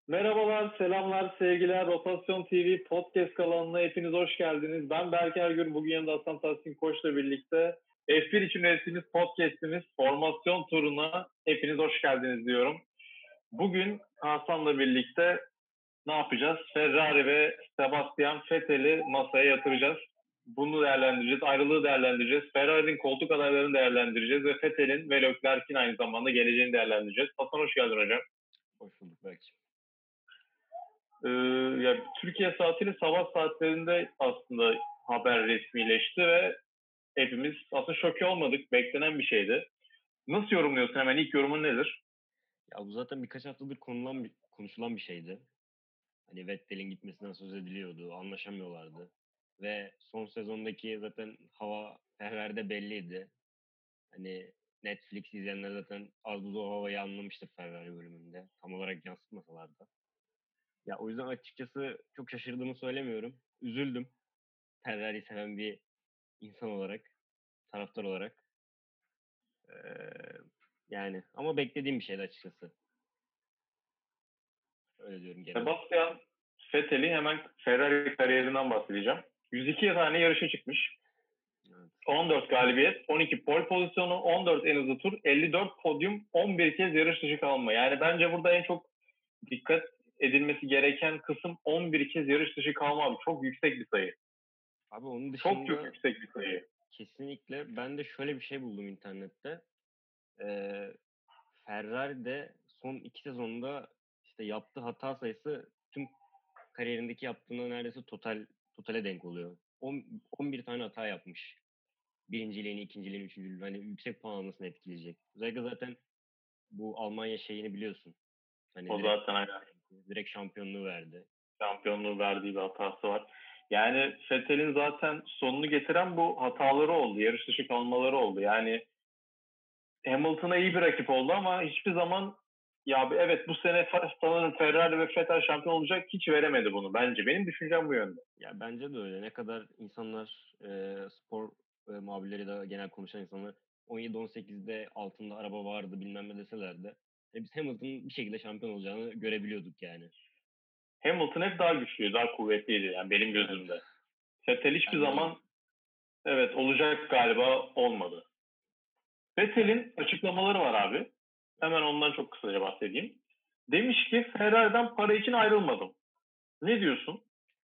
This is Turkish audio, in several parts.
Merhabalar, selamlar, sevgiler. Rotasyon TV Podcast kanalına hepiniz hoş geldiniz. Ben Berker Gür. Bugün yanımda Hasan Tahsin Koç'la birlikte F1 için ürettiğimiz podcast'imiz Formasyon Turu'na hepiniz hoş geldiniz diyorum. Bugün Hasan'la birlikte ne yapacağız? Ferrari ve Sebastian Vettel'i masaya yatıracağız. Bunu değerlendireceğiz, ayrılığı değerlendireceğiz. Ferrari'nin koltuk adaylarını değerlendireceğiz ve Vettel'in ve Leclerc'in aynı zamanda geleceğini değerlendireceğiz. Hasan hoş geldin hocam. Hoş bulduk belki. Ya Türkiye saatiyle sabah saatlerinde aslında haber resmileşti ve hepimiz aslında şoke olmadık. Beklenen bir şeydi. Nasıl yorumluyorsun? Hemen ilk yorumun nedir? Ya bu zaten birkaç haftadır konuşulan bir şeydi. Hani Vettel'in gitmesinden söz ediliyordu, anlaşamıyorlardı. Ve son sezondaki zaten hava Ferrari'de belliydi. Hani Netflix izleyenler zaten az buz o havayı anlamıştır Ferrari bölümünde. Tam olarak yansıtmasalar da. Ya o yüzden açıkçası çok şaşırdığımı söylemiyorum. Üzüldüm. Ferrari'yi seven bir insan olarak, taraftar olarak. Ee, yani ama beklediğim bir şeydi açıkçası. Öyle diyorum genel olarak. Sebastian Vettel'i hemen Ferrari kariyerinden bahsedeceğim. 102 tane yarışa çıkmış. Evet. 14 galibiyet, 12 pole pozisyonu, 14 en hızlı tur, 54 podyum, 11 kez yarış dışı kalma. Yani bence burada en çok dikkat edilmesi gereken kısım 11 kez yarış dışı kalma abi. Çok yüksek bir sayı. Abi onun Çok çok dışında yüksek bir sayı. kesinlikle ben de şöyle bir şey buldum internette. Ee, Ferrari'de son 2 sezonda işte yaptığı hata sayısı tüm kariyerindeki yaptığına neredeyse totale denk oluyor. 11 tane hata yapmış. Birinciliğini, ikinciliğini, üçüncülüğünü hani yüksek puan almasını etkileyecek. Özellikle zaten bu Almanya şeyini biliyorsun. Hani O direkt zaten aynen. direkt şampiyonluğu verdi. Şampiyonluğu verdiği bir hatası var. Yani Vettel'in zaten sonunu getiren bu hataları oldu. Yarış dışı kalmaları oldu. Yani Hamilton'a iyi bir rakip oldu ama hiçbir zaman ya evet bu sene sanırım Ferrari ve Vettel şampiyon olacak hiç veremedi bunu bence. Benim düşüncem bu yönde. Ya bence de öyle. Ne kadar insanlar spor muhabirleri de genel konuşan insanlar 17-18'de altında araba vardı bilmem ne deseler de biz Hamilton'ın bir şekilde şampiyon olacağını görebiliyorduk yani. Hamilton hep daha güçlüydü, daha kuvvetliydi yani benim Evet. gözümde. Vettel hiçbir Bence de öyle. zaman evet olacak galiba olmadı. Vettel'in açıklamaları var abi. Hemen ondan çok kısaca bahsedeyim. Demiş ki Ferrari'den para için ayrılmadım. Ne diyorsun?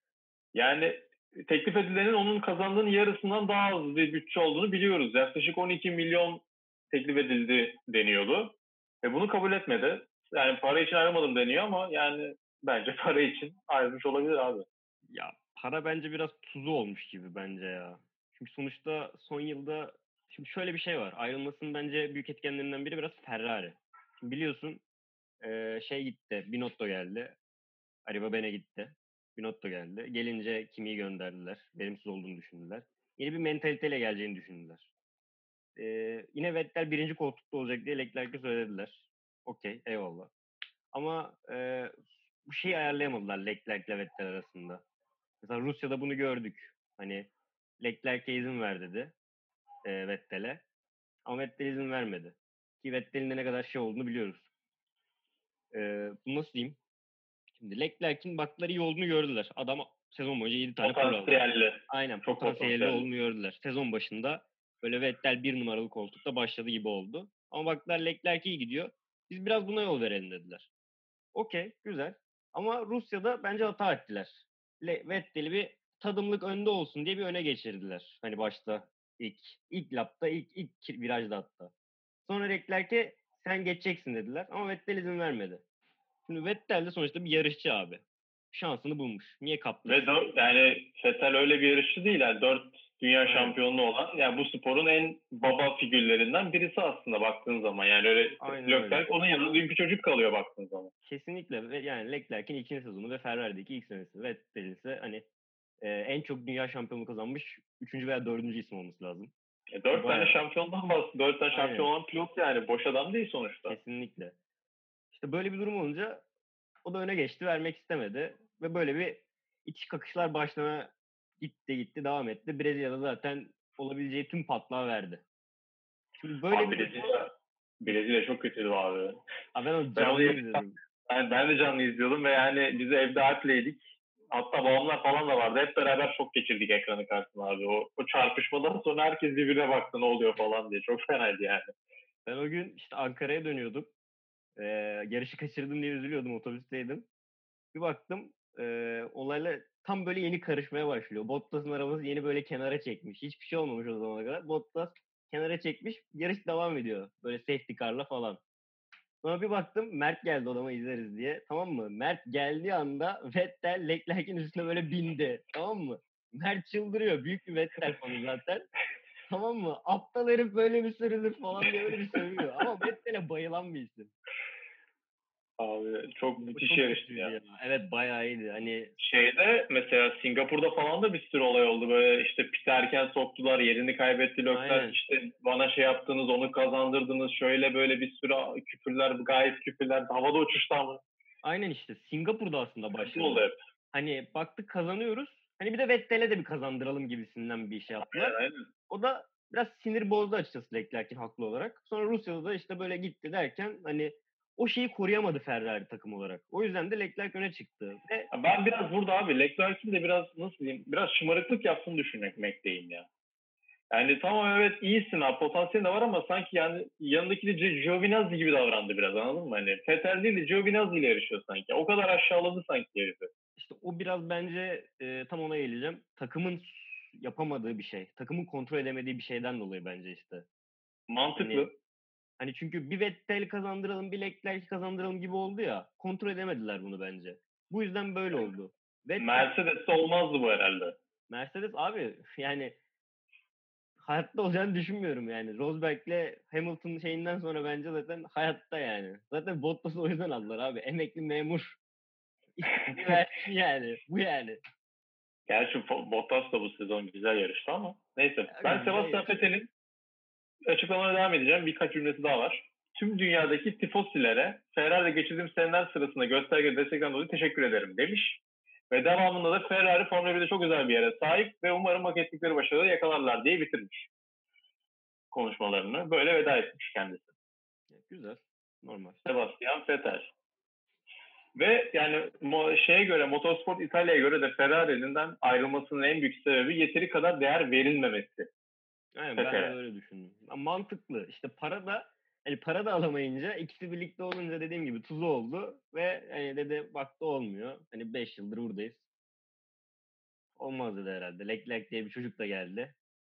Yani teklif edilenin onun kazandığının yarısından daha az bir bütçe olduğunu biliyoruz. Yaklaşık 12 milyon teklif edildi deniyordu. Bunu kabul etmedi. Yani para için ayrılmadım deniyor ama yani bence para için ayrılmış olabilir abi. Ya para bence biraz tuzu olmuş gibi bence ya. Çünkü sonuçta son yılda şimdi şöyle bir şey var. Ayrılmasının bence büyük etkenlerinden biri biraz Ferrari. Şimdi biliyorsun şey gitti. Binotto geldi. Arriva gitti. Binotto geldi. Gelince Kimi'yi gönderdiler. Verimsiz olduğunu düşündüler. Yeni bir mentaliteyle geleceğini düşündüler. Yine Vettel birinci koltukta olacak diye Leclerc'e söylediler. Okey, eyvallah. Ama bu şeyi ayarlayamadılar Leclerc ile Vettel arasında. Mesela Rusya'da bunu gördük. Hani Leclerc'e izin ver dedi Vettel'e. Ama Vettel izin vermedi. Ki Vettel'in de ne kadar şey olduğunu biliyoruz. Bu nasıl diyeyim? Şimdi Leclerc'in bakları iyi olduğunu gördüler. Adam sezon boyunca 7 tane pole aldı. Potansiyelli. Aynen Çok potansiyelli potansiyelli. olduğunu gördüler. Sezon başında böyle Vettel bir numaralı koltukta başladı gibi oldu. Ama baktılar Leclerc iyi gidiyor. Biz biraz buna yol verelim dediler. Okey, güzel. Ama Rusya'da bence hata ettiler. Vettel'i bir tadımlık önde olsun diye bir öne geçirdiler. Hani başta ilk lapta ilk virajda hatta. Sonra Leclerc'e sen geçeceksin dediler ama Vettel izin vermedi. Şimdi Vettel de sonuçta bir yarışçı abi. Şansını bulmuş. Niye Ve kaptırsın? yani Vettel öyle bir yarışçı değil. Yani 4 dünya Aynen. şampiyonluğu olan yani bu sporun en baba figürlerinden birisi aslında baktığın zaman. Yani öyle Aynen öyle. Leclerc onun yanında dünkü çocuk kalıyor baktığın zaman. Kesinlikle ve yani Leclerc'in ikinci sezonu ve Ferrari'deki ilk senesi. Vettel ise hani en çok dünya şampiyonluğu kazanmış üçüncü veya dördüncü isim olması lazım. 4 tane Baya şampiyondan bahsediyor. 4 tane şampiyon aynen. olan pilot yani. Boş adam değil sonuçta. Kesinlikle. İşte böyle bir durum olunca o da öne geçti, vermek istemedi. Ve böyle bir iç kakışlar başlamaya gitti, devam etti. Brezilya'da zaten olabileceği tüm patlağı verdi. Şimdi böyle Abi bir durumda Brezilya çok kötüydü abi. ben onu Ben onu canlı yarıştan, izledim. Yani ben de canlı izliyordum ve yani biz evde Alp'leydik. Hatta babamlar falan da vardı. Hep beraber şok geçirdik ekranı karşısında abi. O çarpışmadan sonra herkes birbirine baktı ne oluyor falan diye. Çok fenaydı yani. Ben o gün işte Ankara'ya dönüyordum. Ee, Yarışı kaçırdım diye üzülüyordum. Otobüsteydim. Bir baktım olaylar tam böyle yeni karışmaya başlıyor. Bottas'ın arabası yeni böyle kenara çekmiş. Hiçbir şey olmamış o zamana kadar. Bottas kenara çekmiş. Yarış devam ediyor. Böyle safety car'la falan. Sonra bir baktım Mert geldi odama izleriz diye. Tamam mı? Mert geldiği anda Vettel Leclerc'in üstüne böyle bindi. Tamam mı? Mert çıldırıyor. Büyük bir Vettel fanı zaten. Tamam mı? Aptal herif böyle mi sürülür falan diye böyle bir sövüyor. Ama Vettel'e bayılan bir isim. Abi çok O müthiş çok yarıştı kötüydü ya. ya. Evet bayağı iyiydi. Hani Şeyde mesela Singapur'da falan da bir sürü olay oldu. Böyle işte pit erken soktular, yerini kaybetti Leclerc. aynen. İşte bana şey yaptınız, onu kazandırdınız. Şöyle böyle bir sürü küfürler, gayet küfürler. Havada uçuştu ama. Aynen işte Singapur'da aslında Sıkıntı oldu başladı. hep. Hani baktık kazanıyoruz. Hani bir de Vettel'e de bir kazandıralım gibisinden bir şey yaptılar. Aynen. O da biraz sinir bozdu açıkçası Leclerc'in haklı olarak. Sonra Rusya'da da işte böyle gitti derken hani o şeyi koruyamadı Ferrari takım olarak. O yüzden de Leclerc öne çıktı. Ve Ben biraz burada abi Leclerc'in de biraz nasıl diyeyim biraz şımarıklık yaptığını düşünmekteyim ya. Yani tamam evet iyisin abi potansiyelin de var ama sanki yani yanındaki de Giovinazzi gibi davrandı biraz anladın mı? Hani Vettel değil de Giovinazzi ile yarışıyor sanki. O kadar aşağıladı sanki herifi. işte o biraz bence tam ona geleceğim. Takımın yapamadığı bir şey. Takımın kontrol edemediği bir şeyden dolayı bence işte. Hani Mantıklı. çünkü bir Vettel kazandıralım, bir Leclerc kazandıralım gibi oldu ya. Kontrol edemediler bunu bence. Bu yüzden böyle oldu. Vettel, Mercedes'te olmazdı bu herhalde. Mercedes abi yani hayatta olacağını düşünmüyorum yani. Rosberg'le Hamilton şeyinden sonra bence zaten hayatta yani. Zaten Bottas'ı o yüzden aldılar abi. Emekli memur. İstediği versin yani. Bu yani. Gerçi Bottas da bu sezon güzel yarıştı ama. Neyse. Abi Ben güzel Sebastian yarıştı. Vettel'in açıklamana devam edeceğim. Birkaç cümlesi daha var. Tüm dünyadaki tifosilere Ferrari geçirdiğim seneler sırasında gösterge destekten dolayı teşekkür ederim demiş. Ve devamında da Ferrari Formula 1'de çok özel bir yere sahip ve umarım hak ettikleri başarıları yakalarlar diye bitirmiş konuşmalarını. Böyle veda etmiş kendisi. Güzel. Normal. Sebastian Vettel. Ve yani şeye göre Motorsport İtalya'ya göre de Ferrari'den ayrılmasının en büyük sebebi yeteri kadar değer verilmemesi Yani ben de Vettel'e. öyle düşündüm. Ama mantıklı. İşte para da hani para da alamayınca ikisi birlikte olunca dediğim gibi tuzu oldu ve hani dedi baktı olmuyor. Hani 5 yıldır buradayız. Olmaz dedi herhalde. Leclerc diye bir çocuk da geldi.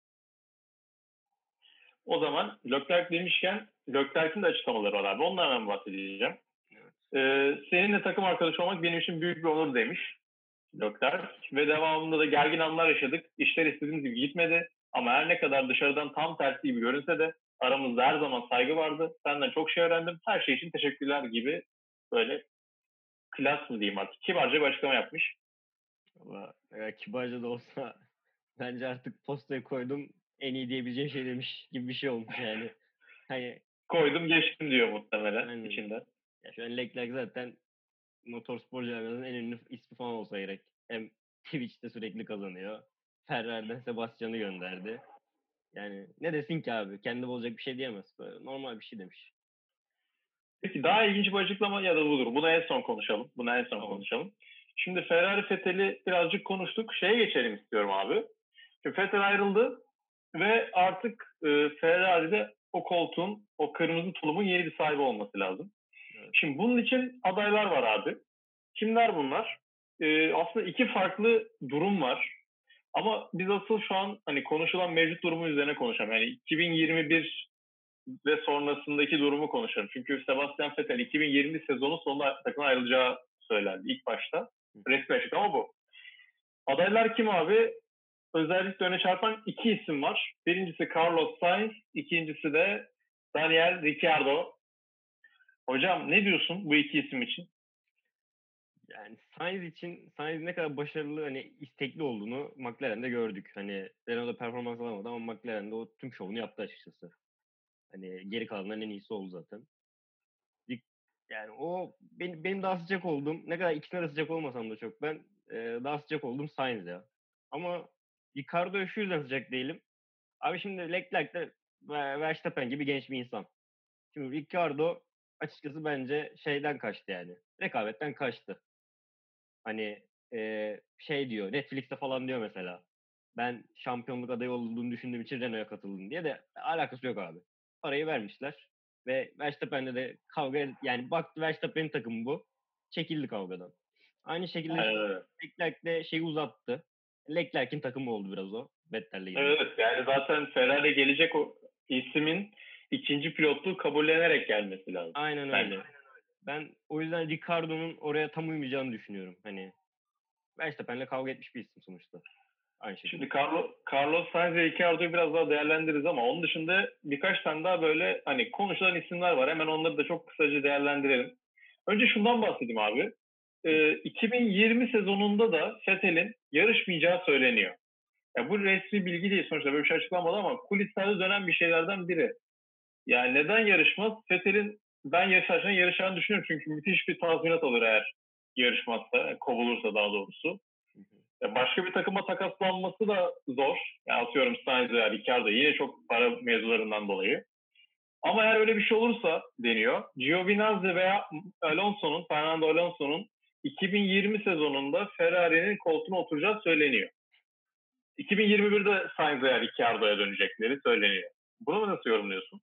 O zaman Leclerc demişken Leclerc'in de açıklamaları var abi. Onlardan bahsedeceğim. Evet. Seninle takım arkadaşı olmak benim için büyük bir onur demiş Leclerc. Ve devamında da gergin anlar yaşadık. İşler istediğimiz gibi gitmedi. Ama her ne kadar dışarıdan tam tersi gibi görünse de aramızda her zaman saygı vardı. Senden çok şey öğrendim. Her şey için teşekkürler gibi böyle klas mı diyeyim artık. Kibarca bir açıklama yapmış. Ama kibarca da olsa bence artık postaya koydum en iyi diyebileceğim şey demiş gibi bir şey olmuş yani. Hani Koydum geçtim diyor muhtemelen aynen. içinde. Ya şu an Leclerc zaten motorspor camiasının en ünlü ismi falan olsa gerek. Hem Twitch'te sürekli kazanıyor. Ferrari'den Sebastian'ı gönderdi. Yani ne desin ki abi? Kendi olacak bir şey diyemez. Böyle normal bir şey demiş. Peki daha ilginç bir açıklama ya da budur. Bunu en son konuşalım. Bunu en son Tamam. konuşalım. Şimdi Ferrari Vettel'i birazcık konuştuk. Şeye geçelim istiyorum abi. Şimdi Vettel ayrıldı ve artık Ferrari'de o koltuğun, o kırmızı tulumun yeni bir sahibi olması lazım. Evet. Şimdi bunun için adaylar var abi. Kimler bunlar? Aslında iki farklı durum var. Ama biz asıl şu an hani konuşulan mevcut durumu üzerine konuşalım. Yani 2021 ve sonrasındaki durumu konuşalım. Çünkü Sebastian Vettel 2020 sezonu sonunda takımdan ayrılacağı söylendi ilk başta. Resmi açıklama bu. Adaylar kim abi? Özellikle öne çarpan iki isim var. Birincisi Carlos Sainz, ikincisi de Daniel Ricciardo. Hocam ne diyorsun bu iki isim için? Yani Sainz ne kadar başarılı hani istekli olduğunu McLaren'de gördük. Hani Renault'da performans alamadı ama McLaren'de o tüm şovunu yaptı açıkçası. Hani geri kalanların en iyisi oldu zaten. Yani o benim daha sıcak olduğum ne kadar ikisine de sıcak olmasam da çok ben daha sıcak olduğum Sainz ya. Ama Ricardo'ya şu yüzden sıcak değilim. Abi şimdi Leclerc de Verstappen gibi genç bir insan. Şimdi Ricardo açıkçası bence şeyden kaçtı yani. Rekabetten kaçtı. Hani şey diyor, Netflix'te falan diyor mesela. Ben şampiyonluk adayı olduğunu düşündüğüm için Renault'a katıldım diye de alakası yok abi. Parayı vermişler ve Verstappen'le de yani baktı Verstappen'in takımı bu. Çekildi kavgadan. Aynı şekilde Aynen öyle. Leclerc de şeyi uzattı. Leclerc'in takımı oldu biraz o. Vettel'le gidince. Evet, yani zaten Ferrari gelecek o ismin ikinci pilotluğu kabullenerek gelmesi lazım. Aynen Bence. öyle. Ben o yüzden Ricardo'nun oraya tam uymayacağını düşünüyorum. Hani Verstappen'le kavga etmiş bir isim sonuçta. Aynı Şimdi şekilde. Carlos Sainz ve Ricciardo'yu biraz daha değerlendiririz ama onun dışında birkaç tane daha böyle hani konuşulan isimler var. Hemen onları da çok kısaca değerlendirelim. Önce şundan bahsedeyim abi. 2020 sezonunda da Vettel'in yarışmayacağı söyleniyor. Ya bu resmi bilgi değil sonuçta böyle bir şey açıklanmadı ama kulislerde dönen bir şeylerden biri. Yani neden yarışmaz? Vettel'in ben yarışacağını düşünüyorum çünkü müthiş bir tazminat alır eğer yarışmazsa, kovulursa daha doğrusu. Başka bir takıma takaslanması da zor. Yani atıyorum Sainz veya Ricciardo yine çok para mevzularından dolayı. Ama eğer öyle bir şey olursa deniyor. Giovinazzi veya Fernando Alonso'nun 2020 sezonunda Ferrari'nin koltuğuna oturacağı söyleniyor. 2021'de Sainz veya Ricciardo'ya dönecekleri söyleniyor. Bunu nasıl yorumluyorsun?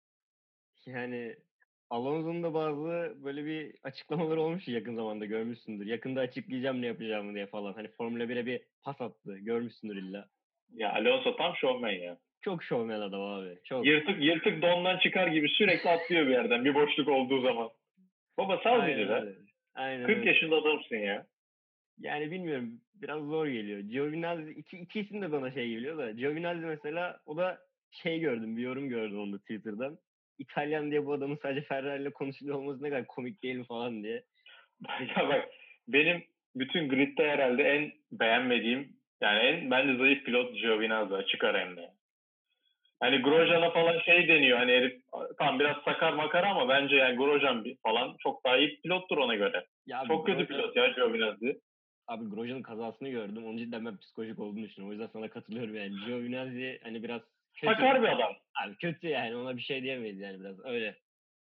Yani Alonso'nun da bazı böyle bir açıklamaları olmuş yakın zamanda görmüşsündür. Yakında açıklayacağım ne yapacağımı diye falan. Hani Formula 1'e bir pas attı. Görmüşsündür illa. Ya Alonso tam şovmen ya. Çok şovmen adam abi. Çok. Yırtık dondan çıkar gibi sürekli atlıyor bir yerden bir boşluk olduğu zaman. Baba sal bizi Aynen be. öyle. Aynen 40 öyle. yaşında adamsın ya. Yani bilmiyorum. Biraz zor geliyor. Giovinazzi iki isim de bana şey geliyor da. Giovinazzi mesela o da şey gördüm. Bir yorum gördüm onu da Twitter'dan. İtalyan diye bu adamın sadece Ferrari ile konuşuluyor olması ne kadar komik değil mi falan diye. Ya bak benim bütün gridde herhalde en beğenmediğim yani en bence zayıf pilot Giovinazzi açık ara hem de. Hani Abi, Grosjean'a falan şey deniyor hani herif tam biraz sakar makara ama bence yani Grosjean falan çok daha iyi pilottur ona göre. ya abi Çok kötü pilot ya Giovinazzi. Abi Grosjean'ın kazasını gördüm. Onun cidden ben psikolojik olduğunu düşünüyorum. O yüzden sana katılıyorum yani. Giovinazzi hani biraz kötü. Sakar bir adam. Abi kötü yani. Ona bir şey diyemeyiz yani biraz öyle.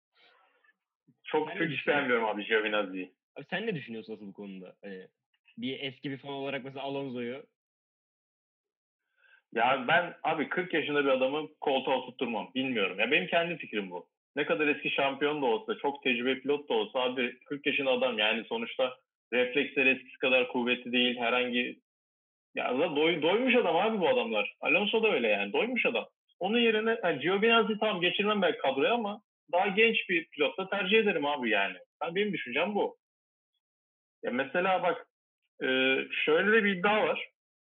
Çok Sen ne hiç düşünüyorsun? beğenmiyorum abi Giovinazzi'yi. Abi sen ne düşünüyorsun asıl bu konuda? Hani bir eski bir fan olarak mesela Alonso'yu. Ya ben abi 40 yaşında bir adamı koltuğa oturtturmam. Bilmiyorum. Ya benim kendi fikrim bu. Ne kadar eski şampiyon da olsa, çok tecrübeli pilot da olsa abi 40 yaşında adam yani sonuçta refleksleri eskisi kadar kuvvetli değil. Herhangi ya da doymuş adam abi bu adamlar. Alonso da öyle yani. Doymuş adam. Onun yerine yani Giovinazzi tam geçirmem belki kadroya ama daha genç bir pilotla tercih ederim abi yani. Benim düşüncem bu. Ya mesela bak şöyle de bir iddia var.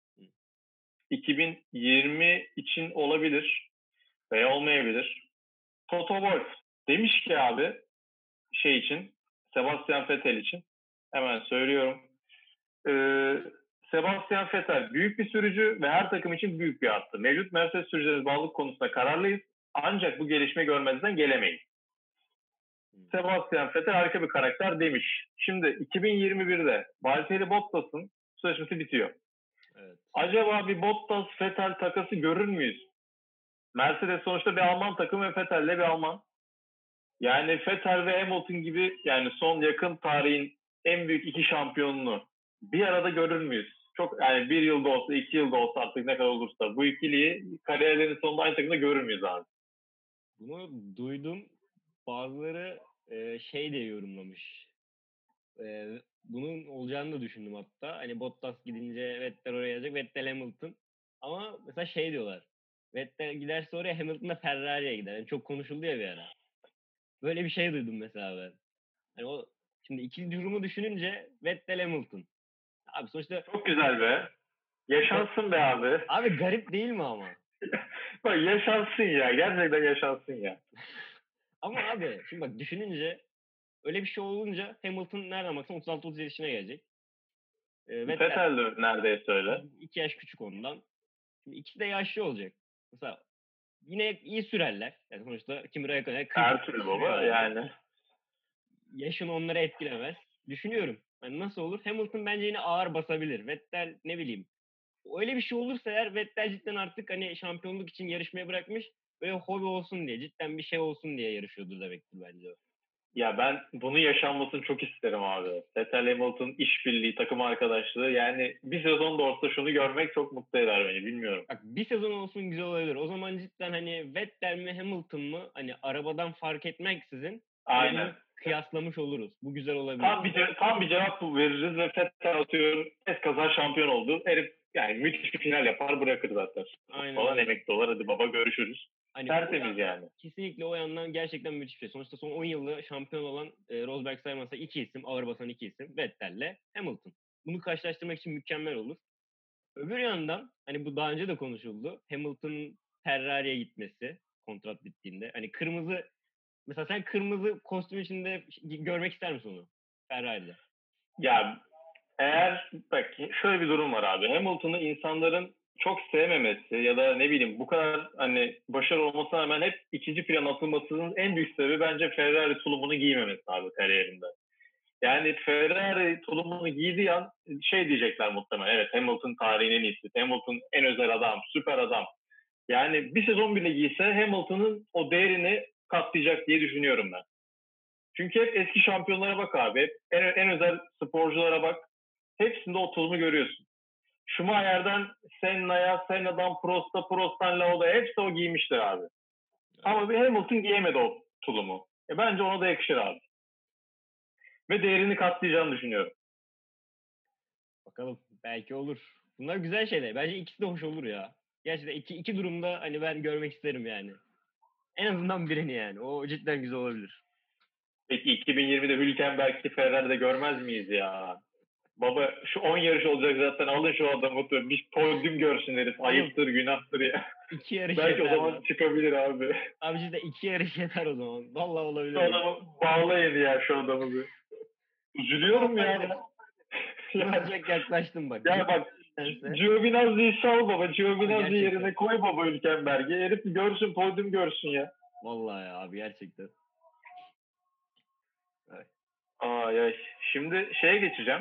2020 için olabilir veya olmayabilir. Toto Wolff demiş ki abi şey için Sebastian Vettel için hemen söylüyorum. Ee, Sebastian Vettel büyük bir sürücü ve her takım için büyük bir arttı. Mevcut Mercedes sürücülerinin bağlılık konusunda kararlıyız. Ancak bu gelişme görmezden gelemeyiz. Sebastian Vettel harika bir karakter demiş. Şimdi 2021'de Valtteri Bottas'ın sözleşmesi bitiyor. Evet. Acaba bir Bottas-Vettel takası görür müyüz? Mercedes sonuçta bir Alman takımı ve Vettel'le bir Alman. Yani Vettel ve Hamilton gibi yani son yakın tarihin en büyük iki şampiyonunu bir arada görür müyüz? Çok yani bir yılda olsa, 2 yılda olsa artık ne kadar olursa bu ikiliyi kariyerlerinin sonunda aynı takımda görür müyüz abi? Bunu duydum. Bazıları şey diye yorumlamış. Bunun olacağını da düşündüm hatta. Hani Bottas gidince Vettel oraya gelecek. Vettel Hamilton. Ama mesela şey diyorlar. Vettel giderse oraya Hamilton da Ferrari'ye gider. Yani çok konuşuldu ya bir ara. Böyle bir şey duydum mesela ben. Hani o şimdi ikili durumu düşününce Vettel Hamilton. Abi sonuçta Çok güzel be. Yaşansın be abi. abi garip değil mi ama? Bak yaşansın ya. Gerçekten yaşansın ya. Ama abi şimdi bak düşününce öyle bir şey olunca Hamilton nereden baksan 36-37 yaşına gelecek. Vettel Vettel de neredeyse öyle. 2 yaş küçük ondan. Şimdi ikisi de yaşlı olacak. Mesela yine iyi sürerler. Yani sonuçta Kimi Räikkönen 40 Her yıldır türlü sürüyor baba abi. yani. Yaşın onları etkilemez. Düşünüyorum. Hani nasıl olur? Hamilton bence yine ağır basabilir. Vettel ne bileyim. Öyle bir şey olursa eğer Vettel cidden artık hani şampiyonluk için yarışmaya bırakmış. Böyle hobi olsun diye, cidden bir şey olsun diye yarışıyordur demektir bence o. Ya ben bunun yaşanmasını çok isterim abi. Vettel Hamilton işbirliği, takım arkadaşlığı. Yani bir sezon da olsa şunu görmek çok mutlu eder beni. Bilmiyorum. Bak bir sezon olsun güzel olabilir. O zaman cidden hani Vettel mi Hamilton mı hani arabadan fark etmeksizin hani Aynen. bunu kıyaslamış oluruz. Bu güzel olabilir. Tam bir cevap veririz ve Vettel atıyor. Eskaza şampiyon oldu. Herif yani müthiş bir final yapar bırakır zaten. Aynen Falan öyle. emekli dolar. Hadi baba görüşürüz. Hani o Tertemiz yandan yani. kesinlikle o yandan gerçekten müthiş bir şey. Sonuçta son 10 yılda şampiyon olan Rosberg saymasa iki isim, ağır basan iki isim Vettel'le Hamilton. Bunu karşılaştırmak için mükemmel olur. Öbür yandan hani bu daha önce de konuşuldu. Hamilton'ın Ferrari'ye gitmesi kontrat bittiğinde. Hani kırmızı mesela sen kırmızı kostüm içinde görmek ister misin onu? Ferrari'de. Ya eğer bak şöyle bir durum var abi. Hamilton'ı insanların çok sevmemesi ya da ne bileyim bu kadar hani başarılı olmasına rağmen hep ikinci plan atılmasının en büyük sebebi bence Ferrari tulumunu giymemesi abi kariyerinde. Yani Ferrari tulumunu giydiği an şey diyecekler muhtemelen. Evet Hamilton tarihin en iyisi. Hamilton en özel adam, süper adam. Yani bir sezon bile giyse Hamilton'ın o değerini katlayacak diye düşünüyorum ben. Çünkü hep eski şampiyonlara bak abi. Hep en özel sporculara bak. Hepsinde o tulumu görüyorsun. Schumacher'den Senna'ya, Senna'dan Prost'a, Prost'tan Lauda'ya hepsi o giymiştir abi. Ama bir Hamilton giyemedi o tulumu. Bence ona da yakışır abi. Ve değerini katlayacağını düşünüyorum. Bakalım belki olur. Bunlar güzel şeyler. Bence ikisi de hoş olur ya. Gerçekten iki durumda hani ben görmek isterim yani. En azından birini yani. O cidden güzel olabilir. Peki 2020'de Hülkenberg'i Ferrari'de görmez miyiz ya? Baba şu 10 yarış olacak zaten alın şu adamı bir podyum görsün herif. Oğlum Ayıptır günahtır ya. iki yarış Belki o yeter zaman lan. çıkabilir abi. Abi cidden iki yarış yeter o zaman. Vallahi Şu olabilir bu. adamı bağlayın ya şu adamı bir. Ama Üzülüyorum ya olabilir. ben. Buna Yani, sıcak yaklaştım bak. ya bak Ciddense. Giovinazzi'yi sal baba. Abi Giovinazzi gerçekten. yerine koy baba Hülkenberg'i. Herif görsün podyum görsün ya. Vallahi ya abi gerçekten. Evet. Ay ay. Şimdi şeye geçeceğim.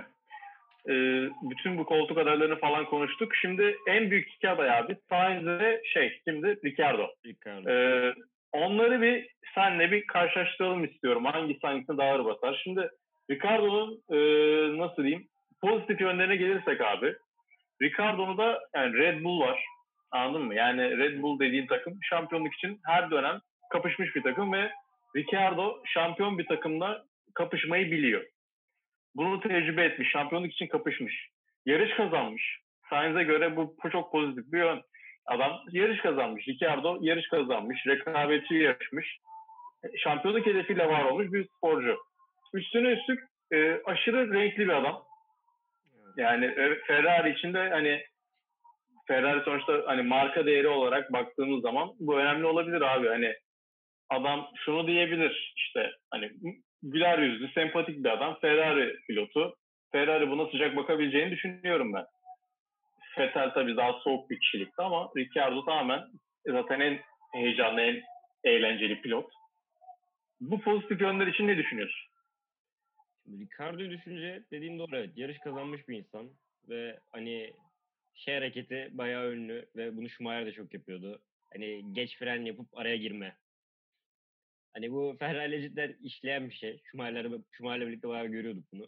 Bütün bu koltuk adaylarını falan konuştuk. Şimdi en büyük iki aday abi. Sainz ve şimdi Ricardo. Ricardo. Onları bir senle bir karşılaştıralım istiyorum. Hangisi hangisine daha ağır basar. Şimdi Ricardo'nun nasıl diyeyim pozitif yönlerine gelirsek abi. Ricardo'nu da yani Red Bull var. Anladın mı? Yani Red Bull dediğin takım şampiyonluk için her dönem kapışmış bir takım ve Ricardo şampiyon bir takımla kapışmayı biliyor. Bunu tecrübe etmiş. Şampiyonluk için kapışmış. Yarış kazanmış. Sainz'e göre bu çok pozitif bir yön. Adam yarış kazanmış. Ricardo yarış kazanmış. Rekabetçi yarışmış. Şampiyonluk hedefiyle var olmuş bir sporcu. Üstüne üstlük aşırı renkli bir adam. Yani Ferrari içinde hani Ferrari sonuçta hani marka değeri olarak baktığımız zaman bu önemli olabilir abi. Hani adam şunu diyebilir işte hani güler yüzlü, sempatik bir adam. Ferrari pilotu. Ferrari buna sıcak bakabileceğini düşünüyorum ben. Vettel tabii daha soğuk bir kişilikti ama Ricciardo tamamen zaten en heyecanlı, en eğlenceli pilot. Bu pozitif yönler için ne düşünüyorsun? Şimdi Ricardo'yu düşünce dediğin doğru, evet. Yarış kazanmış bir insan ve hani şey hareketi bayağı ünlü ve bunu Schumacher de çok yapıyordu. Hani geç fren yapıp araya girme. Hani bu Ferrari'yle cidden işleyen bir şey. Schumacher'le birlikte bayağı görüyorduk bunu.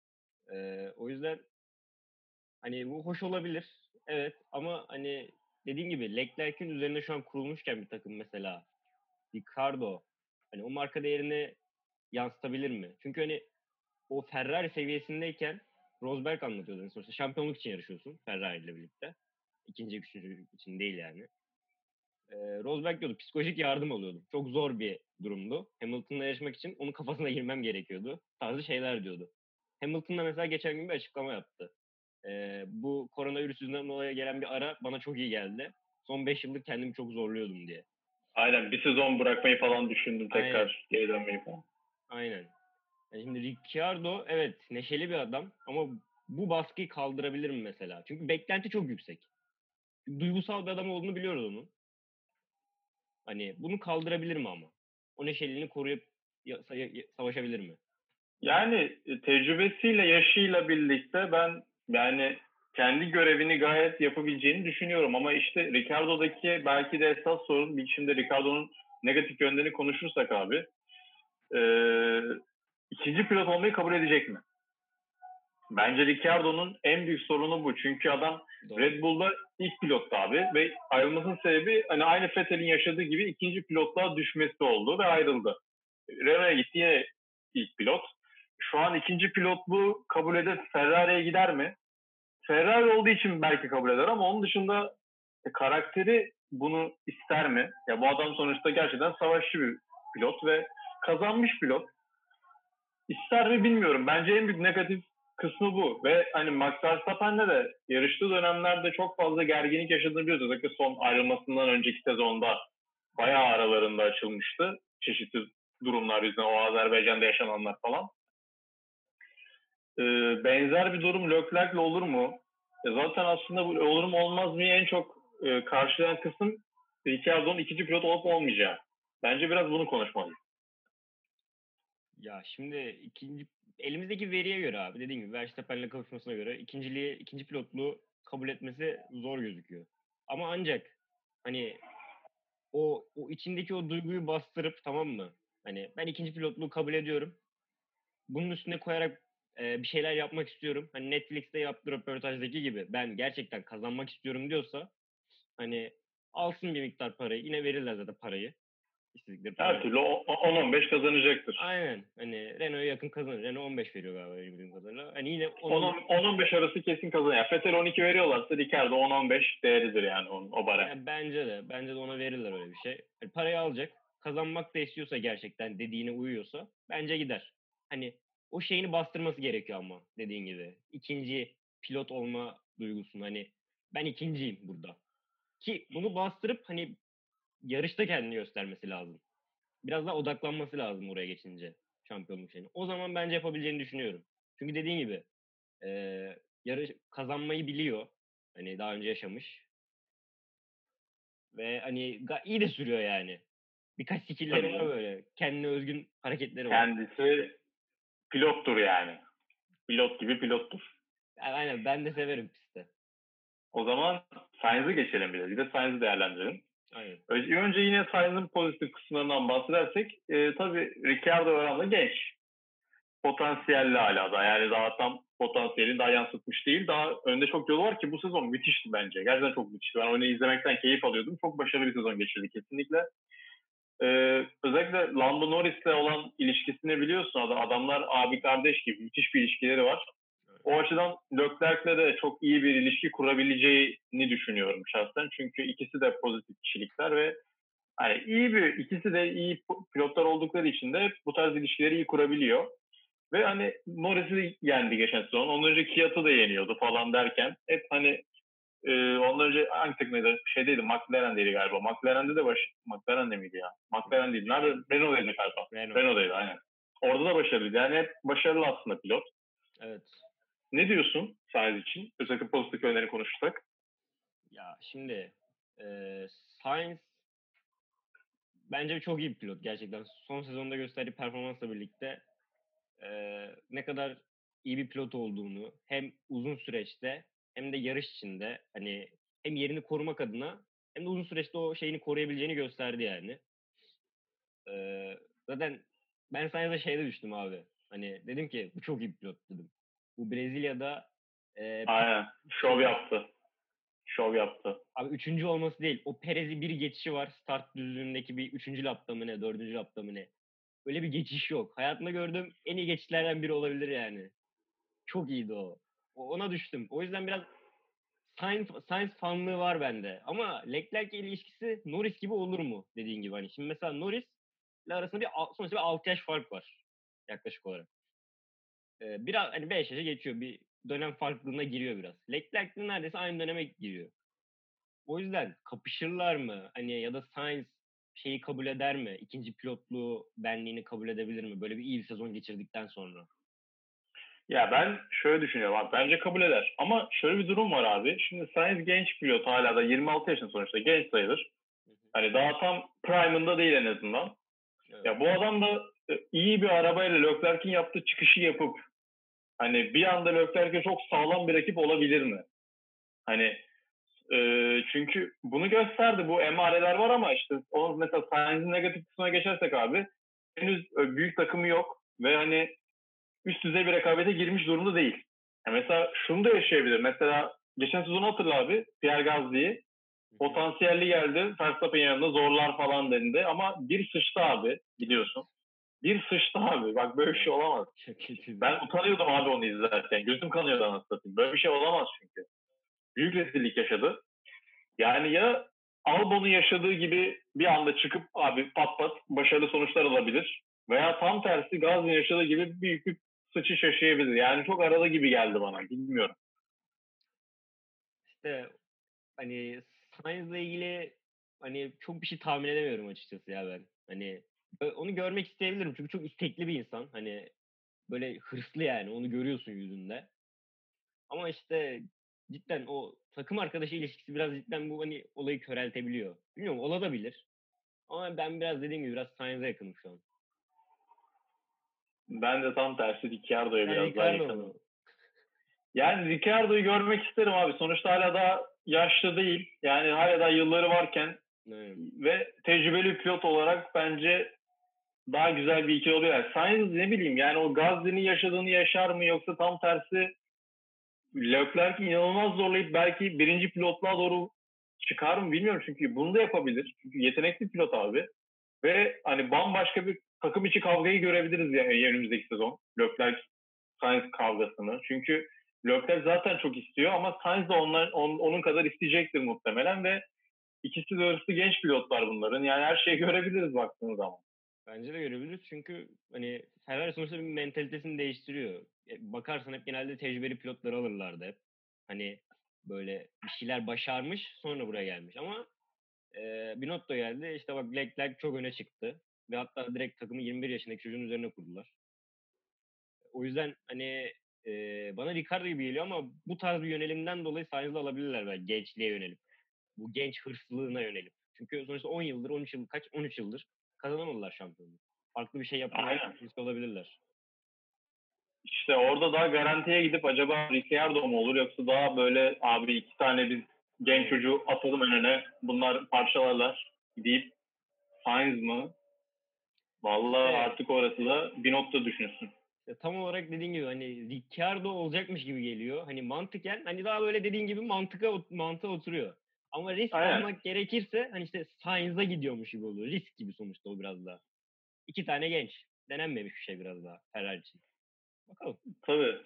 O yüzden hani bu hoş olabilir. Evet ama hani dediğim gibi Leclerc'in üzerinde şu an kurulmuşken bir takım mesela Ricardo hani o marka değerini yansıtabilir mi? Çünkü hani o Ferrari seviyesindeyken Rosberg anlatıyordu. Yani sonuçta şampiyonluk için yarışıyorsun Ferrari ile birlikte. İkinci, üçüncü için değil yani. Rosberg diyordu psikolojik yardım alıyordum. Çok zor bir durumdu. Hamilton'la yarışmak için onun kafasına girmem gerekiyordu. Tarzı şeyler diyordu. Hamilton da mesela geçen gün bir açıklama yaptı. Bu koronavirüs yüzünden dolayı gelen bir ara bana çok iyi geldi. Son 5 yıldır kendimi çok zorluyordum diye. Aynen bir sezon bırakmayı falan düşündüm Aynen. tekrar geri dönmeyi falan. Aynen. Yani şimdi Ricciardo evet neşeli bir adam ama bu baskıyı kaldırabilir mi mesela? Çünkü beklenti çok yüksek. Duygusal bir adam olduğunu biliyoruz onun. Hani bunu kaldırabilir mi ama? O neşeliliğini koruyup savaşabilir mi? Yani tecrübesiyle, yaşıyla birlikte ben yani kendi görevini gayet yapabileceğini düşünüyorum. Ama işte Ricardo'daki belki de esas sorun, şimdi Ricardo'nun negatif yönlerini konuşursak abi, ikinci pilot olmayı kabul edecek mi? Bence Ricciardo'nun en büyük sorunu bu. Çünkü adam Doğru. Red Bull'da ilk pilottu abi ve ayrılmasının sebebi hani aynı Vettel'in yaşadığı gibi ikinci pilotluğa düşmesi oldu ve ayrıldı. Renault'a gitti, yine ilk pilot. Şu an ikinci pilotluğu kabul edip Ferrari'ye gider mi? Ferrari olduğu için belki kabul eder ama onun dışında karakteri bunu ister mi? Ya bu adam sonuçta gerçekten savaşçı bir pilot ve kazanmış pilot. İster mi bilmiyorum. Bence en büyük negatif kısmı bu. Ve hani Max Verstappen'le de yarıştığı dönemlerde çok fazla gerginlik yaşadığını biliyoruz. Özellikle son ayrılmasından önceki sezonda bayağı aralarında açılmıştı. Çeşitli durumlar yüzünden, o Azerbaycan'da yaşananlar falan. Benzer bir durum Leclerc'le olur mu? Zaten aslında bu olur mu olmaz mı en çok karşılayan kısım Ricciardo'nun ikinci pilot olup olmayacağı. Bence biraz bunu konuşmalıyız. Ya şimdi elimizdeki veriye göre abi, dediğim gibi Verstappen'le kavuşmasına göre ikinci pilotluğu kabul etmesi zor gözüküyor. Ama ancak hani o içindeki o duyguyu bastırıp, tamam mı? Hani ben ikinci pilotluğu kabul ediyorum. Bunun üstüne koyarak bir şeyler yapmak istiyorum. Hani Netflix'te yaptığı röportajdaki gibi ben gerçekten kazanmak istiyorum diyorsa, hani alsın bir miktar parayı. Yine verirler zaten parayı. İstedikleri Her parayı. türlü 10-15 kazanacaktır. Aynen. Hani Renault'a yakın kazanır. Renault 15 veriyor galiba benim bildiğim kadarıyla. Hani yine 10-15 arası kesin kazanır. Yani Vettel 12 veriyorlarsa Ricardo 10-15 değeridir yani o barem. yani bence de ona verirler öyle bir şey. Hani parayı alacak. Kazanmak da istiyorsa, gerçekten dediğine uyuyorsa bence gider. Hani o şeyini bastırması gerekiyor ama dediğin gibi. İkinci pilot olma duygusunu, hani ben ikinciyim burada. Ki bunu bastırıp hani yarışta kendini göstermesi lazım. Biraz daha odaklanması lazım oraya geçince, şampiyonluk şeyini. O zaman bence yapabileceğini düşünüyorum. Çünkü dediğin gibi yarış kazanmayı biliyor. Hani daha önce yaşamış. Ve hani iyi de sürüyor yani. Birkaç skill'leri var Tabii. böyle. Kendine özgün hareketleri var. Kendisi pilottur yani. Pilot gibi pilottur. Yani aynen, ben de severim pistte. O zaman Sainz'ı geçelim bir de. Bir de Sainz'ı değerlendirelim. Aynen. Önce yine Sainz'ın pozitif kısımlarından bahsedersek tabii Ricciardo oranla genç. Potansiyelli hala da. Yani daha tam potansiyelini daha yansıtmış değil. Daha önde çok yolu var ki bu sezon müthişti bence. Gerçekten çok müthişti. Ben oyunu izlemekten keyif alıyordum. Çok başarılı bir sezon geçirdi kesinlikle. Özellikle Lando Norris'le olan ilişkisini biliyorsun. Adamlar abi kardeş gibi müthiş bir ilişkileri var. O açıdan Leclerc'le de çok iyi bir ilişki kurabileceğini düşünüyorum şahsen. Çünkü ikisi de pozitif kişilikler ve hani ikisi de iyi pilotlar oldukları için de bu tarz ilişkileri iyi kurabiliyor. Ve hani Norris'i yendi geçen sezon. Ondan önce Kvyat'ı da yeniyordu falan derken hep hani ondan önce hangi takımdaydı? Şeydeydi, McLaren'deydi galiba. McLaren'de miydi ya? McLaren değil. Nerede? Renault'daydı galiba. Renault'daydı aynen. Orada da başarılıydı. Yani hep başarılı aslında pilot. Evet. Ne diyorsun Sainz için? Özellikle pozitif yönlerini konuşursak. Ya şimdi Sainz bence çok iyi bir pilot gerçekten. Son sezonda gösterdiği performansla birlikte ne kadar iyi bir pilot olduğunu, hem uzun süreçte hem de yarış içinde, hani hem yerini korumak adına hem de uzun süreçte o şeyini koruyabileceğini gösterdi yani. Zaten ben Sainz'a şeyde düştüm abi. Hani dedim ki bu çok iyi bir pilot dedim. Bu Brezilya'da Aynen. Şov yaptı. abi üçüncü olması değil. O Perez'i bir geçişi var. Start düzlüğündeki bir üçüncü lapta mı ne, dördüncü lapta mı ne. Öyle bir geçiş yok. Hayatımda gördüğüm en iyi geçişlerden biri olabilir yani. Çok iyiydi o. Ona düştüm. O yüzden biraz Sainz fanlığı var bende. Ama Leclerc ilişkisi Norris gibi olur mu dediğin gibi. Hani şimdi mesela Norris ile arasında sonuçta bir 6 yaş fark var yaklaşık olarak. Biraz hani 5 yaşa geçiyor. Bir dönem farklılığına giriyor biraz. Leclerc'le neredeyse aynı döneme giriyor. O yüzden kapışırlar mı? Hani ya da Sainz şeyi kabul eder mi? İkinci pilotluğu benliğini kabul edebilir mi? Böyle bir iyi bir sezon geçirdikten sonra. Ya ben şöyle düşünüyorum abi. Bence kabul eder. Ama şöyle bir durum var abi. Şimdi Sainz genç pilot, hala da 26 yaşında sonuçta. Genç sayılır. Hani daha tam prime'ında değil en azından. Evet. Ya bu adam da iyi bir arabayla Leclerc'in yaptığı çıkışı yapıp hani bir anda Leclerc'e çok sağlam bir rakip olabilir mi? Hani çünkü bunu gösterdi. Bu emareler var ama işte onun mesela Sainz'in negatif kısmına geçersek abi henüz büyük takımı yok ve hani üst düzey bir rekabete girmiş durumda değil. Yani mesela şunu da yaşayabilir. Mesela geçen sezonu hatırla abi. Pierre Gasly'yi potansiyelli geldi. Verstappen yanında zorlar falan denildi. Ama bir sıçtı abi biliyorsun. Bir sıçtı abi. Bak böyle bir şey olamaz. Çok kötüydü. Ben utanıyordum abi onu izlerken. Gözüm kanıyordu anasını satayım. Böyle bir şey olamaz çünkü. Büyük rezillik yaşadı. Yani ya Albon'un yaşadığı gibi bir anda çıkıp abi pat pat başarılı sonuçlar alabilir. Veya tam tersi Gazze'nin yaşadığı gibi büyük bir sıçış yaşayabilir. Yani çok arada gibi geldi bana. Bilmiyorum. İşte hani Sainz'la ilgili hani çok bir şey tahmin edemiyorum açıkçası ya ben. Hani onu görmek isteyebilirim çünkü çok istekli bir insan. Hani böyle hırslı yani onu görüyorsun yüzünde. Ama işte cidden o takım arkadaşı ilişkisi biraz cidden bu hani olayı köreltebiliyor. Bilmiyorum olabilir. Ama ben biraz dediğim gibi biraz Sainz'e yakınım şu an. Ben de tam tersi Ricciardo'ya Sen biraz daha Ricardo yakınım. mu? Yani Ricciardo'yu görmek isterim abi. Sonuçta hala daha yaşlı değil. Yani hala daha yılları varken Evet. ve tecrübeli bir pilot olarak bence daha güzel bir ikili olabilir. Sainz ne bileyim yani o Gasly'nin yaşadığını yaşar mı yoksa tam tersi Leclerc'i inanılmaz zorlayıp belki birinci pilotluğa doğru çıkar mı bilmiyorum çünkü bunu da yapabilir. Çünkü yetenekli pilot abi. Ve hani bambaşka bir takım içi kavgayı görebiliriz yani önümüzdeki sezon. Leclerc Sainz kavgasını. Çünkü Leclerc zaten çok istiyor ama Sainz de onun kadar isteyecektir muhtemelen ve ikisi de hırslı genç pilotlar bunların. Yani her şeyi görebiliriz baktığınız zaman. Bence de görebiliriz çünkü hani Ferrari sonuçta bir mentalitesini değiştiriyor. Bakarsan hep genelde tecrübeli pilotları alırlardı hep. Hani böyle bir şeyler başarmış sonra buraya gelmiş ama Binotto geldi işte bak Leclerc çok öne çıktı ve hatta direkt takımı 21 yaşındaki çocuğun üzerine kurdular. O yüzden hani bana Ricardo gibi geliyor ama bu tarz bir yönelimden dolayı Sainz'ı alabilirler belki gençliğe yönelip. Bu genç hırslılığına yönelip. Çünkü sonuçta 10 yıldır, 13 yıl, 13 yıldır kazanamadılar şampiyonluğu. Farklı bir şey yapmaya Aynen. risk olabilirler. İşte orada daha garantiye gidip acaba Ricciardo mu olur yoksa daha böyle abi iki tane biz genç Aynen. çocuğu atalım önüne bunlar parçalarlar deyip Sainz mı? Vallahi İşte artık orası da Binotto düşünsün. tam olarak dediğin gibi hani Ricciardo olacakmış gibi geliyor. Hani mantıken hani daha böyle dediğin gibi mantığa oturuyor. Ama risk Aynen. almak gerekirse hani işte Sainz'a gidiyormuş gibi oluyor. Risk gibi sonuçta o biraz daha. İki tane genç. Denenmemiş bir şey biraz daha Ferrari için. Bakalım. Tabii.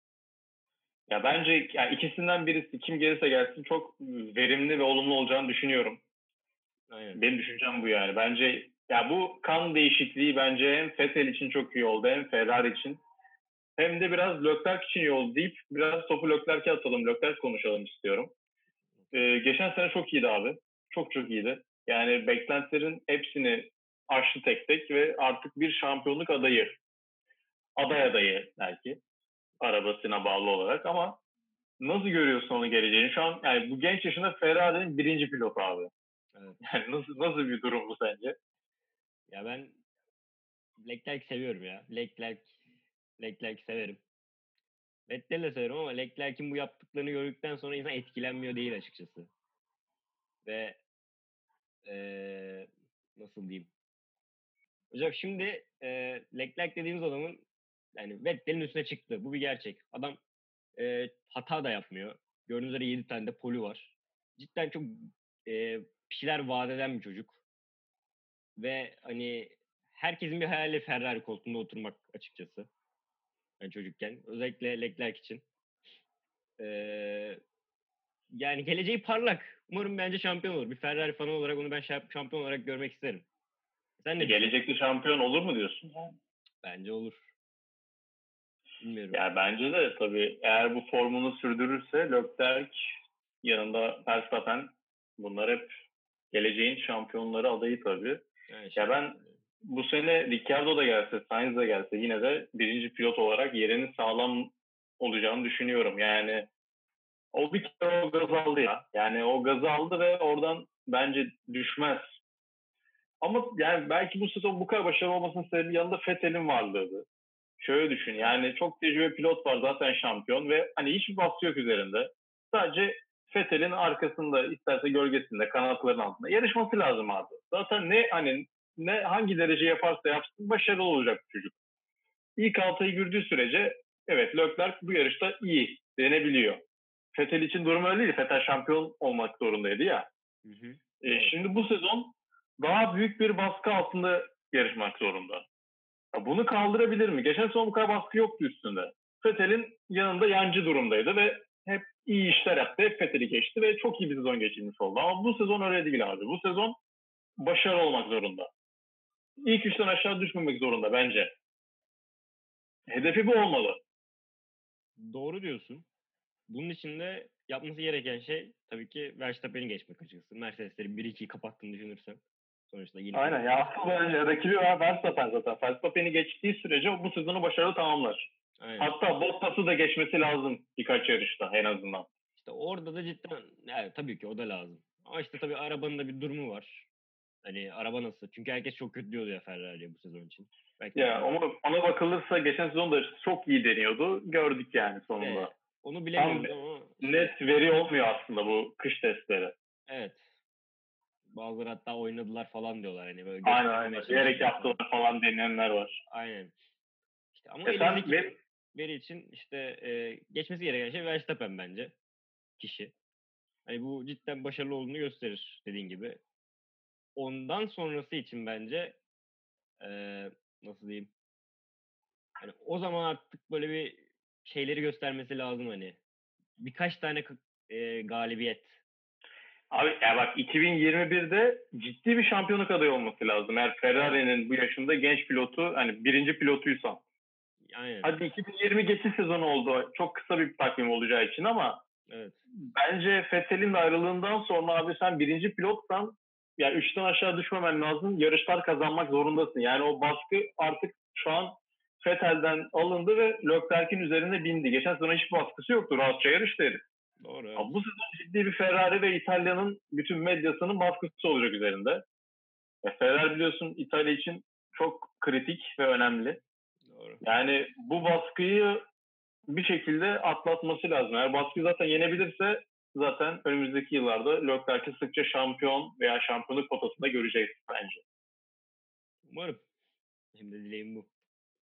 Ya bence yani ikisinden birisi kim gelirse gelsin çok verimli ve olumlu olacağını düşünüyorum. Aynen. Benim düşüncem bu yani. Bence ya bu kan değişikliği bence hem Vettel için çok iyi oldu hem Ferrari için. Hem de biraz Leclerc için iyi oldu deyip biraz topu Leclerc'e atalım. Leclerc konuşalım istiyorum. Geçen sene çok iyiydi abi. Çok çok iyiydi. Yani beklentilerin hepsini aştı tek tek ve artık bir şampiyonluk adayı. Adayı belki. Arabasına bağlı olarak ama nasıl görüyorsun onun geleceğini? Şu an yani bu genç yaşında Ferrari'nin birinci pilotu abi. Evet. Yani nasıl bir durum bu sence? Ya ben Leclerc seviyorum ya. Leclerc severim. Vettel'i de severim ama Leclerc'in bu yaptıklarını gördükten sonra insan etkilenmiyor değil açıkçası. Ve eee, nasıl diyeyim? Hocam şimdi Leclerc dediğimiz adamın yani Vettel'in üstüne çıktı. Bu bir gerçek. Adam hata da yapmıyor. Gördüğünüz üzere 7 tane de poli var. Cidden çok bir şeyler vaat eden bir çocuk. Ve hani herkesin bir hayali Ferrari koltuğunda oturmak açıkçası. Ben çocukken. Özellikle Leclerc için. Ee, yani geleceği parlak. Umarım bence şampiyon olur. Bir Ferrari fanı olarak onu ben şampiyon olarak görmek isterim. Sen ne düşünüyorsun? Gelecekte şampiyon olur mu diyorsun? Bence olur. Bilmiyorum. Ya bence de tabii eğer bu formunu sürdürürse Leclerc yanında Verstappen bunlar hep geleceğin şampiyonları adayı tabii. Yani Ya ben bu sene Ricciardo da gelse, Sainz de gelse yine de birinci pilot olarak yerini sağlam olacağını düşünüyorum. Yani o bir kere o gazı aldı ya. Yani o gazı aldı ve oradan bence düşmez. Ama yani belki bu sezon bu kadar başarılı olmasının sebebi yanında Vettel'in varlığıydı. Şöyle düşün evet. yani çok tecrübeli pilot var zaten şampiyon ve hani hiçbir baskı yok üzerinde. Sadece Vettel'in arkasında isterse gölgesinde kanatların altında yarışması lazım abi. Zaten ne hani hangi derece yaparsa yapsın başarılı olacak çocuk. İlk altayı girdiği sürece evet Leclerc bu yarışta iyi denebiliyor. Vettel için durum öyle değil. Vettel şampiyon olmak zorundaydı ya. Hı hı. Şimdi bu sezon daha büyük bir baskı altında yarışmak zorunda. Bunu kaldırabilir mi? Geçen sezon bu kadar baskı yoktu üstünde. Vettel'in yanında yancı durumdaydı ve hep iyi işler yaptı. Hep Vettel'i geçti ve çok iyi bir sezon geçirmiş oldu. Ama bu sezon öyle değil abi. Bu sezon başarılı olmak zorunda. İlk üçten aşağı düşmemek zorunda bence. Hedefi bu olmalı. Doğru diyorsun. Bunun için de yapması gereken şey tabii ki Verstappen'i geçmek açıkçası. Mercedes'lerin 1-2'yi kapattığını düşünürsem. Sonuçta yeni Aynen ya, asıl bence rakibi var Verstappen zaten. Verstappen'i geçtiği sürece bu sezonu başarılı tamamlar. Aynen. Hatta Bottas'ı da geçmesi lazım birkaç yarışta en azından. İşte orada da cidden yani tabii ki o da lazım. Ama işte tabii arabanın da bir durumu var. Hani araba nasıl? Çünkü herkes çok kötü diyordu ya Ferrari'ye bu sezon için. Belki Ya ona bakılırsa geçen sezon da çok iyi deniyordu. Gördük yani sonunda. işte onu Tam bilemiyoruz ama işte, net veri olmuyor aslında bu kış testleri. evet. Bazıları hatta oynadılar falan diyorlar. Hani böyle Aynen. göstermeye Diyerek çalıştılar falan. yaptılar falan denilenler var. Aynen. İşte ama Sen elimizdeki veri için işte geçmesi gereken şey Verstappen bence. Kişi. Hani bu cidden başarılı olduğunu gösterir dediğin gibi. Ondan sonrası için bence nasıl diyeyim? Hani o zaman artık böyle bir şeyleri göstermesi lazım hani. Birkaç tane galibiyet. abi ya bak 2021'de ciddi bir şampiyonluk adayı olması lazım. Eğer Ferrari'nin bu yaşında genç pilotu hani birinci pilotuysan. Aynen. Hadi 2020 geçiş sezonu oldu. Çok kısa bir takvim olacağı için ama Evet. bence Vettel'in de ayrılığından sonra abi sen birinci pilotsan yani üçten aşağı düşmemen lazım. Yarışlar kazanmak zorundasın. Yani o baskı artık şu an Vettel'den alındı ve Leclerc'in üzerine bindi. Geçen sezon hiçbir baskısı yoktu. Rahatça yarıştı herif. Doğru, evet. Ama bu sezon ciddi bir Ferrari ve İtalya'nın bütün medyasının baskısı olacak üzerinde. Ferrari biliyorsun İtalya için çok kritik ve önemli. Doğru. Yani bu baskıyı bir şekilde atlatması lazım. Eğer baskıyı zaten yenebilirse zaten önümüzdeki yıllarda Leclerc'i sıkça şampiyon veya şampiyonluk potasında göreceğiz bence. Umarım. Şimdi dileğim bu.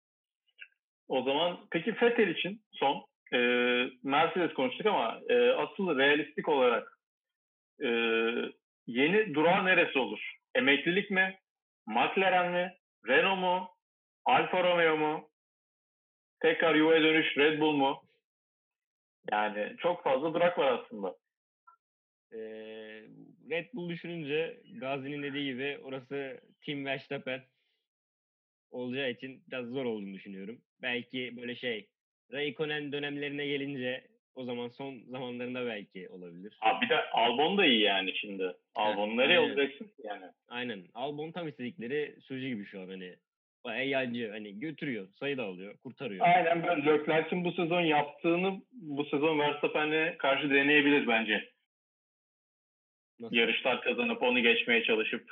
O zaman peki Vettel için son Mercedes konuştuk ama asıl realistik olarak e, yeni durağı neresi olur? Emeklilik mi? McLaren mi? Renault mu? Alfa Romeo mu? Tekrar yuvaya dönüş Red Bull mu? Yani çok fazla durak var aslında. Red Bull düşününce Gazi'nin dediği gibi orası Team Verstappen olacağı için biraz zor olduğunu düşünüyorum. Belki böyle Raikkonen dönemlerine gelince o zaman son zamanlarında belki olabilir. Abi bir de Albon da iyi yani şimdi. Albon nereye Aynen. olacaksın yani? Aynen. Albon tam istedikleri sürücü gibi şu an hani. Bayağı yancı. Hani götürüyor. Sayı da alıyor. Kurtarıyor. Aynen böyle Leclerc'in bu sezon yaptığını bu sezon Verstappen'e karşı deneyebilir bence. Nasıl? Yarışlar kazanıp onu geçmeye çalışıp.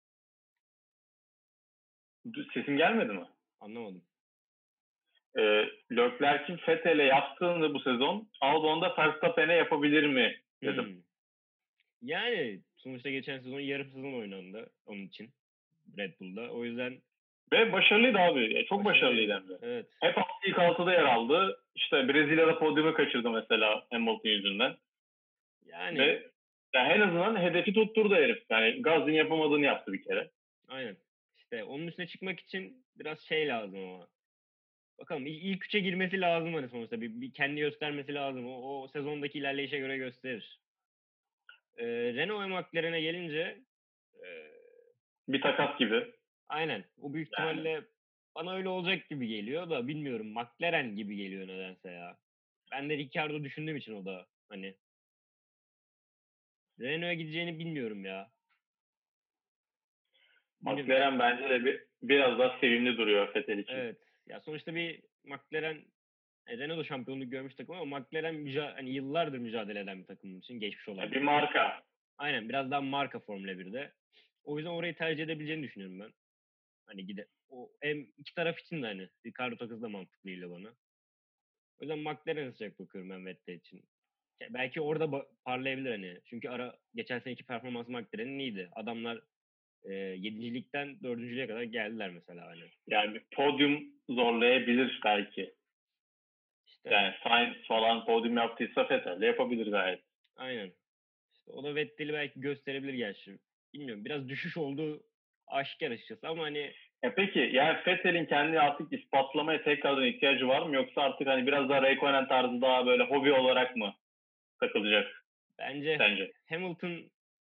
Sesim gelmedi mi? Anlamadım. Leclerc'in Vettel'e yaptığını bu sezon Albon'da Verstappen'e yapabilir mi dedim. Yani sonuçta geçen sezon yarım sezon oynandı onun için Red Bull'da. O yüzden Ve başarılıydı abi. Çok başarılıydı hem de. Evet. Hep ilk altıda yer aldı. İşte Brezilya'da podyumu kaçırdı mesela Hamilton yüzünden. Yani Ve yani en azından hedefi tutturdu herif. Yani Gaz'ın yapamadığını yaptı bir kere. aynen. İşte onun üstüne çıkmak için biraz lazım ama. Bakalım ilk üçe girmesi lazım hani sonuçta. Bir kendi göstermesi lazım. O sezondaki ilerleyişe göre gösterir. Renault ve McLaren'e gelince Bir takas gibi. aynen. O büyük ihtimalle bana öyle olacak gibi geliyor da bilmiyorum. McLaren gibi geliyor nedense ya. Ben de Ricciardo düşündüğüm için o da hani. Renault'a gideceğini bilmiyorum ya. Bilmiyorum. McLaren bence de biraz daha sevimli duruyor Vettel için. Evet. Ya sonuçta bir McLaren Renault da şampiyonluk görmüş takım ama McLaren hani yıllardır mücadele eden bir takım için geçmiş olan. Bir marka. Aynen biraz daha marka Formula 1'de. O yüzden orayı tercih edebileceğini düşünüyorum ben. Hani o hem iki taraf için de hani Ricardo takası da mantıklı geliyor bana. O yüzden McLaren'e sıcak bakıyorum ben Vettel için. Belki orada parlayabilir hani. Çünkü geçen seneki performans McLaren'in iyiydi. Adamlar 7. dördüncülüğe kadar geldiler mesela hani. Yani bir podyum zorlayabilir belki. İşte Yani Sainz falan podyum yaptıysa Vettel de yapabilir gayet. aynen. İşte o da Vettel'i belki gösterebilir gerçi. Bilmiyorum. Biraz düşüş oldu aşikar açıkçası ama hani Peki yani Vettel'in kendini artık ispatlamaya tekrardan ihtiyacı var mı? Yoksa artık hani biraz daha Raikkonen tarzı daha böyle hobi olarak mı takılacak bence sence? Hamilton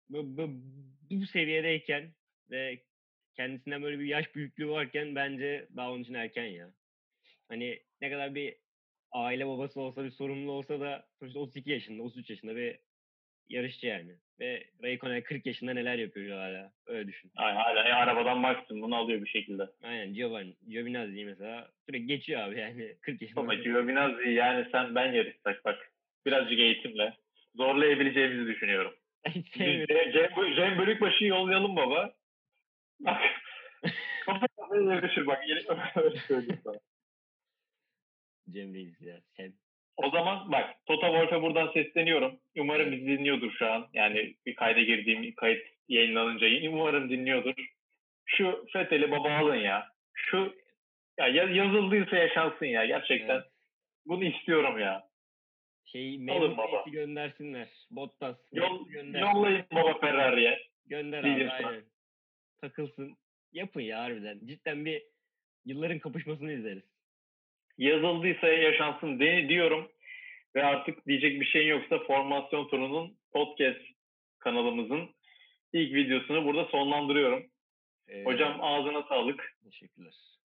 bu seviyedeyken ve kendisinden böyle bir yaş büyüklüğü varken bence daha onun için erken ya. Hani ne kadar bir aile babası olsa, bir sorumlu olsa da sonuçta 32 yaşında, 33 yaşında bir yarışçı yani. Ve Raikkonen 40 yaşında neler yapıyor hala. Öyle düşün. Yani hala arabadan maksimumunu alıyor bir şekilde. Aynen Giovinazzi mesela sürekli geçiyor abi yani 40 yaşından Ama sonra. Giovinazzi yani sen ben yarışsak bak birazcık eğitimle zorlayabileceğimizi düşünüyorum. Ben hiç Biz sevmiyorum. Cem Bölükbaşı'yı yollayalım baba. Bak kafa kafaya yarışır bak öyle söyleyeyim sana. Cem Reis ya. Sen. O zaman bak Toto Wolff'e buradan sesleniyorum. Umarım Evet. bizi dinliyordur şu an. Yani bir kayda girdiğim kayıt yayınlanınca umarım dinliyordur. Şu Fethel'i baba alın ya. Şu ya yazıldıysa yaşansın ya gerçekten. Evet. Bunu istiyorum ya. Memur Alın baba. reisi göndersinler. Bottas. Memur gönder. Yollayın baba Ferrari'ye. Gönder abi Williams'a. aynen. Takılsın. Yapın ya harbiden. Cidden bir yılların kapışmasını izleriz. Yazıldıysa yaşansın diyorum. Ve artık diyecek bir şeyin yoksa Formasyon Turu'nun podcast kanalımızın ilk videosunu burada sonlandırıyorum. Ee, Hocam ağzına sağlık. Teşekkürler.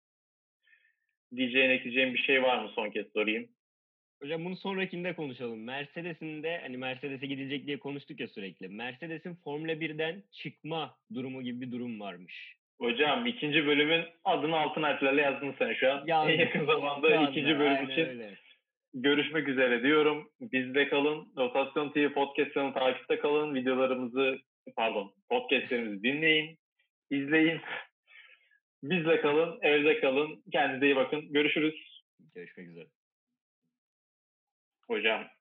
Diyeceğin ekleyeceğin bir şey var mı son kez sorayım. Hocam bunu sonrakinde konuşalım. Mercedes'in de hani Mercedes'e gidilecek diye konuştuk ya sürekli. Mercedes'in Formula 1'den çıkma durumu gibi bir durum varmış. Hocam ikinci bölümün adını altın harflerle yazdın sen şu an. En Yazdık. yakın zamanda Şu anda ikinci bölüm aynen için öyle. görüşmek üzere diyorum. Bizde kalın. Rotasyon TV podcast'ını takipte kalın. Podcast'lerimizi dinleyin, izleyin. Bizle kalın, evde kalın. Kendinize iyi bakın. Görüşürüz. Görüşmek üzere. Hocam